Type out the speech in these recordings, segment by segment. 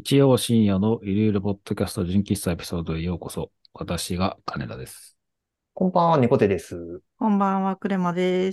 日曜深夜のゆるゆるポッドキャスト純喫茶エピソードへようこそ。私が金田です。 こんばんは、猫背です。 こんばんは、クレマです。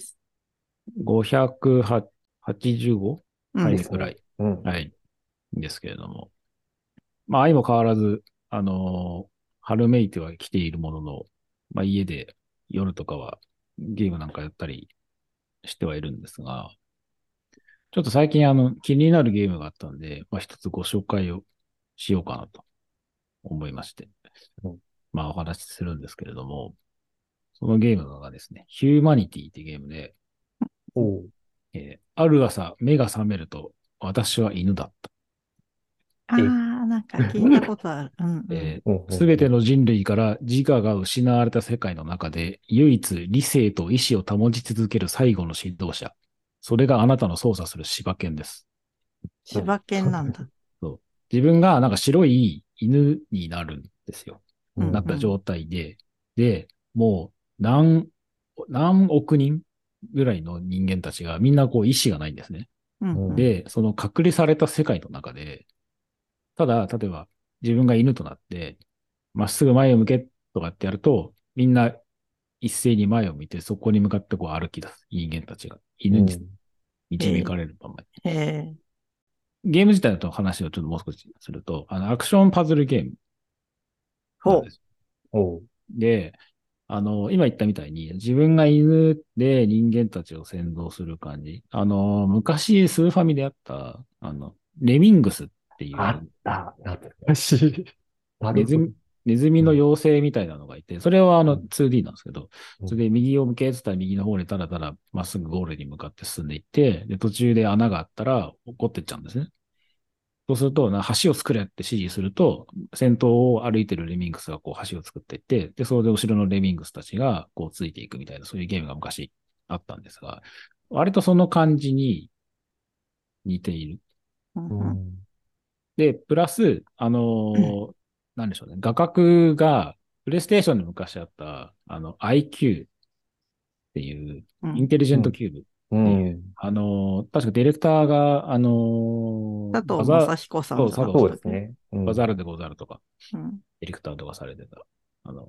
585 うん。 ですね。 回くらい。 うん。 はい。ですけれども。まあ、相も変わらず、春めいては来ているものの、まあ、家で夜とかはゲームなんかやったりしてはいるんですが、ちょっと最近気になるゲームがあったんで、まあ、一つご紹介をしようかなと思いまして、 うん。 まあ、お話しするんですけれども、そのゲームがですね、ヒューマニティっていうゲームで、 おう。 ある朝、目が覚めると、私は犬だった。 あえ、 あ、なんか聞いたことある。うんうん。 うん、うん、 すべてうん。 の人類から自我が失われた世界の中で、唯一理性と意志を保ち続ける最後の指導者。それがあなたの操作する柴犬です。 うん。 柴犬なんだ。 そう。自分がなんか白い犬になるんですよ。 うんうん。 なった状態で、で、もう何億人ぐらいの人間たちがみんなこう意志がないんですね。 うんうん。 うん。 で、その隔離された世界の中で、ただ、例えば自分が犬となって、まっすぐ前を向けとかってやると、みんな一斉に前を見て、そこに向かってこう歩き出す人間たちが犬にうん。 導かへえ、 れるままに。 へえ。 ゲーム自体の話をちょっともう少しすると、アクションパズルゲームなんほです。 おう。 で、今言ったみたいに、自分が犬で人間たちを先導する感じ。昔スーファミであった、レミングスっていう、 あった。懐かしい。なるほど。 ネズミ、ネズミのうん。 妖精みたいなのがいて、それはうん。 2D なんですけど、 うん。 それで右を向けって言ったら右の方にただただまっすぐゴールに向かって進んでいって、で、途中で穴があったら落っこってっちゃうんですね。そうすると、橋を作れって指示すると、先頭を歩いてるレミングスがこう橋を作っていって、で、それで後ろのレミングスたちがこうついていくみたいな、そういうゲームが昔あったんですが、割とその感じに似ている。 う。うんうん。 うん。 で、プラス、なんでしょうね。画角が、プレイステーションに昔あった、IQ っていう、 うん。 インテリジェうん。 ントキューブっうていう、 ん。 確かディレクターが、 佐藤正彦さんそう、 じゃなかっそうたっけ？ ですね。うん。 バザールでござるとか、 うん。 ディレクターとかされてた、あの、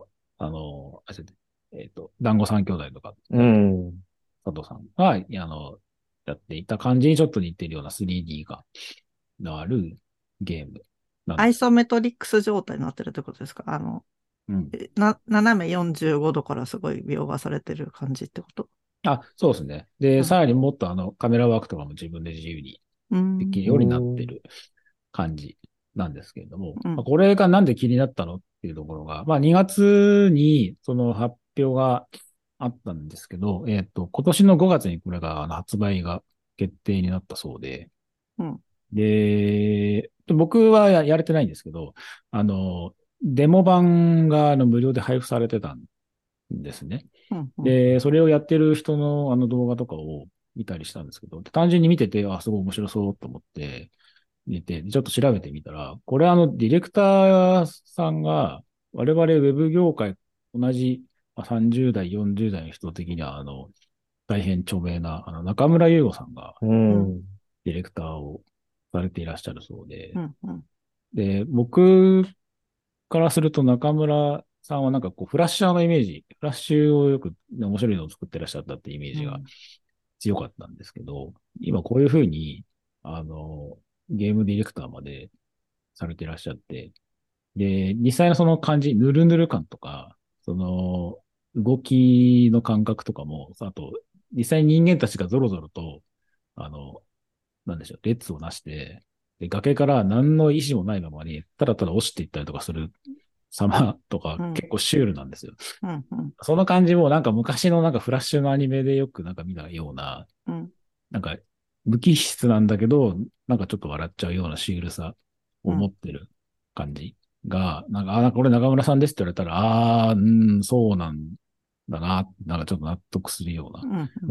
団子三兄弟とかうやってるん。 佐藤さんが、やっていた感じにちょっと似てるような 3D が、のあるゲームなんです。 アイソメトリックス状態になってるってことですか？ うん。 斜め45度からすごい描画されてる感じってこと？ あ、そうですね。で、 うん。 さらにもっとカメラワークとかも自分で自由にうん。 できるうようになってん。 る感じなんですけれども、 うん。 まあこれがなんで気になったのっていうところが、まあ2月にその発表があったんですけど、今年の5月にこれが発売が決定になったそうで、 うん。 で、僕はやれてないんですけど、デモ版が無料で配布されてたんですね。 うん。うん。 で、それをやってる人の動画とかを見たりしたんですけど、単純に見てて、あ、すごい面白そうと思って見て、ちょっと調べてみたら、これディレクターさんが、我々ウェブ業界同じ30代、40代の人的には、大変著名な、中村優吾さんがううん。 ん。 ディレクターをされていらっしゃるそうで、 うん。うん。 で、僕からすると中村さんはなんかこう、フラッシャーのイメージ、フラッシュをよく面白いのを作ってらっしゃったってイメージがうん。 強かったんですけど、今こういうふうに、あの、ゲームディレクターまでされてらっしゃって、で、実際のその感じ、ヌルヌル感とか、その、動きの感覚とかも、あと、実際に人間たちがゾロゾロと、あの、なんでしょう、列をなして、で、崖から何の意思もないままに、ただただ落ちていったりとかする様とか、 うん。 結構シュールなんですよ。 うん。うん。 その感じもなんか昔のなんかフラッシュのアニメでよくなんか見たような、 うん。 なんか無機質なんだけど、なんかちょっと笑っちゃうようなシュールさを持うん。 ってる感じが、なんか、これ中村さんですって言われたら、そうなんだな、なんかちょっと納得するようなうん。 うん。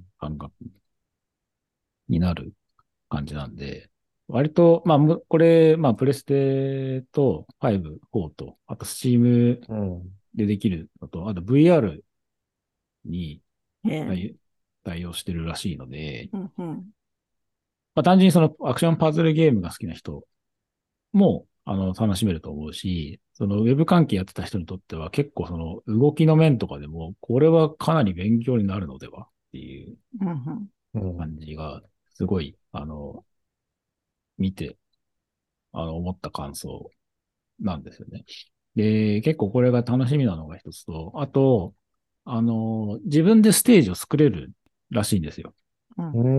感覚になる感じなんで、割と、まあ、これ、まあ、プレステと5、4と、あと Steam うん。 でできるのと、あと VR にへえ。 対応してるらしいので、 うん。うん。 まあ、単純にそのアクションパズルゲームが好きな人も、楽しめると思うし、そのウェブ関係やってた人にとっては結構その動きの面とかでも、これはかなり勉強になるのではっていううんうんうん。 感じが、すごい、見て、思った感想なんですよね。で、結構これが楽しみなのが一つと、あと、自分でステージを作れるらしいんですよ。 うんうん。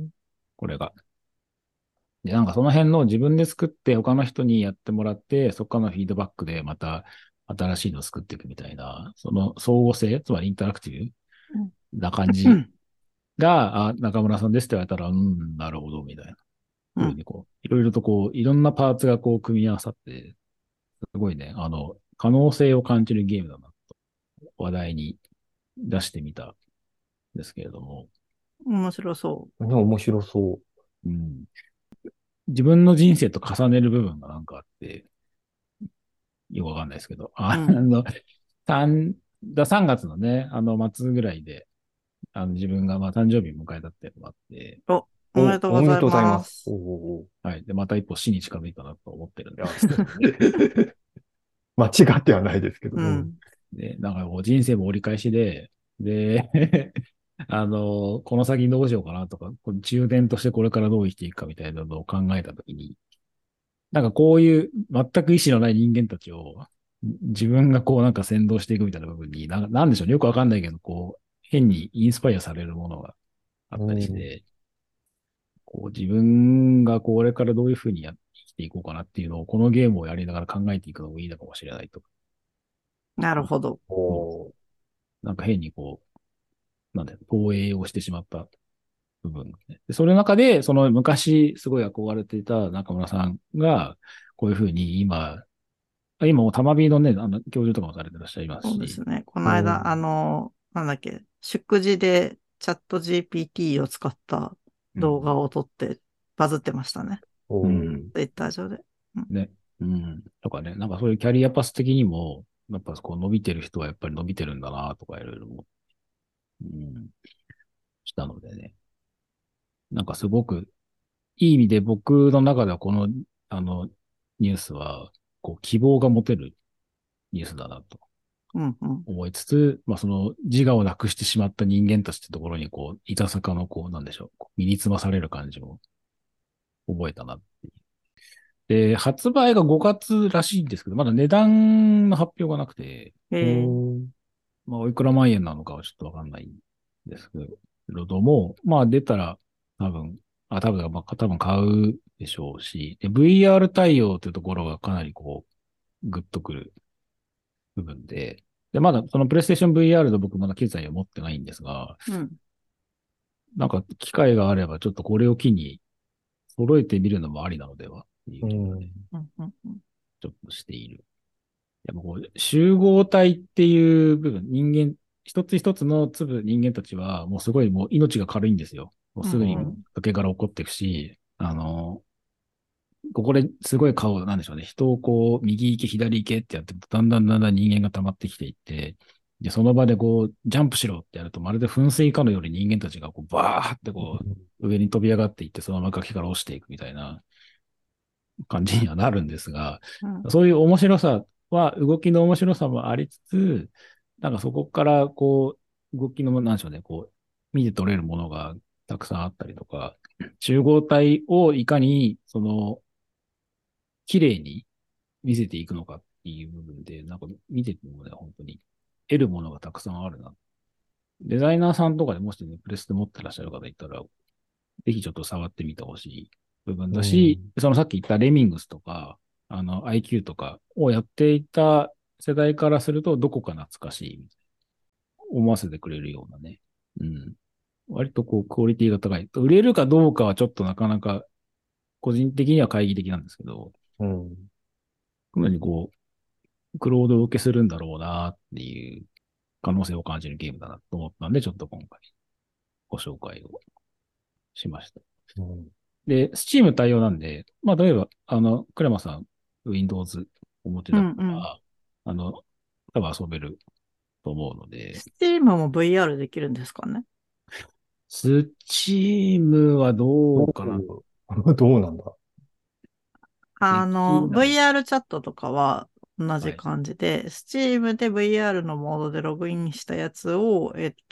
これが。で、なんかその辺の自分で作って他の人にやってもらって、そこからのフィードバックでまた新しいのを作っていくみたいな、その相互性、つまりインタラクティうんブな感じが、中村さんですって言われたら、なるほど、みたいな。 うん。 ふうにこう、いろいろとこう、いろんなパーツがこう、組み合わさって、すごいね、可能性を感じるゲームだな、話題に出してみたんですけれども、 面白そね、面白そうん、自分の人生と重ねる部分がなんかあって、よくわかんないですけど、 う。うん。 3、3月のね、末ぐらいで、自分がまあ誕生日を迎えたっていうのがあって、 お、 う。 おめでとうございおめでとうございます。 ます。 お。 はい。で、また一歩死に近づいたなと思ってるんいや、 ですけど、 間違ってはないですけど。うん。 うん。 で、なんかこう人生も折り返しで、この先どうしようかなとか、こう中年としてこれからどう生きていくかみたいなのを考えたときに、なんかこういう全く意志のない人間たちを自分がこうなんか先導していくみたいな部分に、なんでしょうね。よくわかんないけど、こう、変にインスパイアされるものがあったりしうん。 て、こう自分がこれからどういうふうに生きていこうかなっていうのを、このゲームをやりながら考えていくのもいいのかもしれないと。 なるほど。 おー。 なんか変にこう、なんだよ、投影をしてしまった部分がね。で、それの中で、その昔すごい憧れていた中村さんが、こういうふうに今もたまびのね、教授とかもされてらっしゃいますし、 そうですね。この間、 うん。 なんだっけ、祝辞でチャット GPT を使ったうん。 動画を撮ってバズってましたね。 うおー。 ん。 ツイッター上で。うん。 ね。うん。とかね、なんかそういうキャリアパス的にも、やっぱこう伸びてる人はやっぱり伸びてるんだなとかいろいろ思う、うん、したのでね。なんかすごくいい意味で僕の中ではこの、あの、ニュースは、こう、希望が持てるニュースだなとうんうん。 思いつつ、まあその自我をなくしてしまった人間たちってところに、こう、いたさかの、こう、なんでしょう、こう身につまされる感じも覚えたなっていう。で、発売が5月らしいんですけど、まだ値段の発表がなくて、 うえー、 ん。 まあ、おいくら万円なのかはちょっとわかんないんですけれども、まあ出たら多分、多分買うでしょうし、で、VR 対応というところがかなりこう、グッとくる部分で、で、まだそのプレイステーション VR で僕まだ機材を持ってないんですが、 うん。 なんか機会があればちょっとこれを機に揃えてみるのもありなのではっていう気がね、 うん。 うんうんうん。 ちょっとしている。やっぱこう、集合体っていう部分、一つ一つの粒人間たちは、もうすごいもう命が軽いんですよ。もううすぐにんうん。 抜け殻起こっていくし、ここですごい顔、なんでしょうね。人をこう、右行け、左行けってやってると、だんだん人間が溜まってきていって、で、その場でこう、ジャンプしろってやると、まるで噴水かのように人間たちがこう、バーってこう、上に飛び上がっていって、そのまま崖から落ちていくみたいな感じにはなるんですが、 うん。 そういう面白さは、動きの面白さもありつつ、なんかそこからこう、動きの、なんでしょうね、こう、見て取れるものがたくさんあったりとか、集合体をいかに、綺麗に見せていくのかっていう部分で、なんか見ててもね、本当に得るものがたくさんあるな。デザイナーさんとかでもしね、プレステ持ってらっしゃる方いたら、ぜひちょっと触ってみてほしい部分うだし、 ん。 そのさっき言ったレミングスとか、IQ とかをやっていた世代からすると、どこか懐かしいみたいな思わせてくれるようなね。うん。割とこう、クオリティが高い。売れるかどうかはちょっとなかなか、個人的には懐疑的なんですけど、 うん。 かなりこう、クロードを受けするんだろうなっていう可能性を感じるゲームだなと思ったんで、ちょっと今回ご紹介をしました。 うん。 で、Steam 対応なんで、まあ、例えば、クレマさん、Windows お持ちだっうんうん。 たら、多分遊べると思うので、 スチームも VR できるんですかね？ Steam はどうかな。 どうどうなんだ。 VR チャットとかは同じはい。 感じで、Steam で VR のモードでログインしたやつを、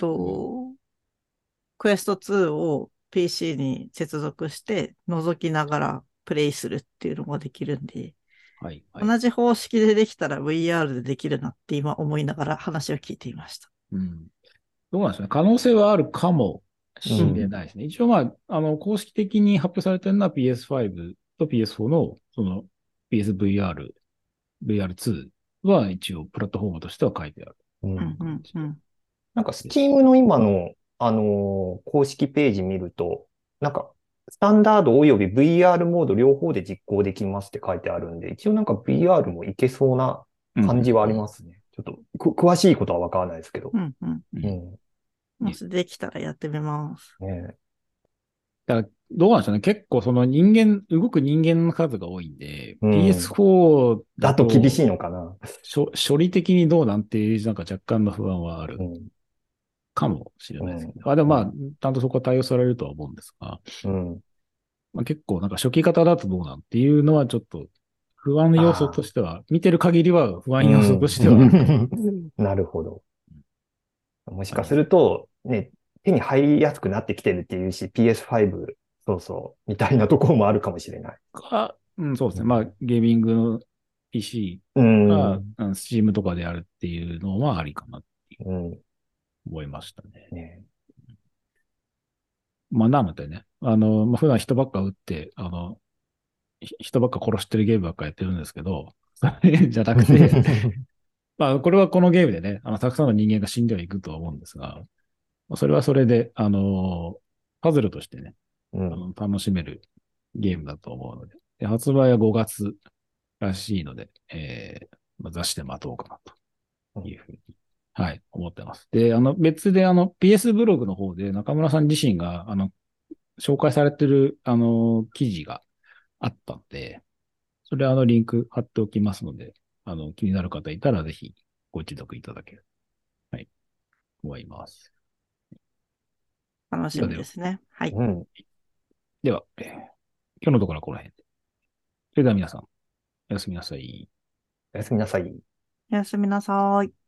クエスト2を PC に接続して覗きながらプレイするっていうのができるんで、 はい。はい。 同じ方式でできたら VR でできるなって今思いながら話を聞いていました。 うん。どうなんですかね。可能性はあるかもしれうん。 ないですね。一応まあ、公式的に発表されてるのは PS5 と PS4 の、PSVR、VR2 は一応プラットフォームとしては書いてあるうん。 うんうんうん。 なんか、 です。 Steam の今の、公式ページ見ると、なんか、スタンダードおよび VR モード両方で実行できますって書いてあるんで、一応なんか VR もいけそうなうん感じはありますね。ちょっと、詳しいことはわからないですけど。 うんうん。 うん。うん。 うん。 ね。 もしできたらやってみます。 ねだからどうなんでしょうね。結構その動く人間の数が多いんで、 うん。 PS4 だだと厳しと、 いのかな。 処理的にどうなんていう、なんか若干の不安はあるうん。 かもしれうん。 ないですけど。でもまあ、 うん。 ちゃんとそこは対応されるとは思うんですが、 うん。 まあ、結構なんか初期型だとどうなんっていうのはちょっと不安要素とああ。 しては、見てる限りは不安要素とうん。 してはあるかも。 なるほど。もしかすあります。 ると、ね、手に入りやすくなってきてるっていうし、PS5、そうそう、みたいなところもあるかもしれない。 うん、そうですね。まあ、 うん。 ゲーミングの PC うが、 ん。 Steam とかでやるっていうのはありかなってうん。 思いましたね。 ね。 まあ、なのでね、まあ、普段人ばっか撃って、人ばっか殺してるゲームばっかやってるんですけど、それじゃなくて、まあ、これはこのゲームでね、たくさんの人間が死んではいくとは思うんですが、まあそれはそれで、パズルとしてね、 うん。 楽しめるゲームだと思うので、で発売は5月らしいので、まあ、雑誌で待とうかなというふうに、はい、思ってます。で、別でPS ブログの方で中村さん自身が、紹介されてる、記事があったんで、それリンク貼っておきますので、気になる方いたらぜひご一読いただける。はい、思います。 楽しではでは、 みですね。はい。 うん。 では、今日のところはこの辺で。それでは皆さん、おやすみなさい。 おやすみなさい。 おやすみなさい。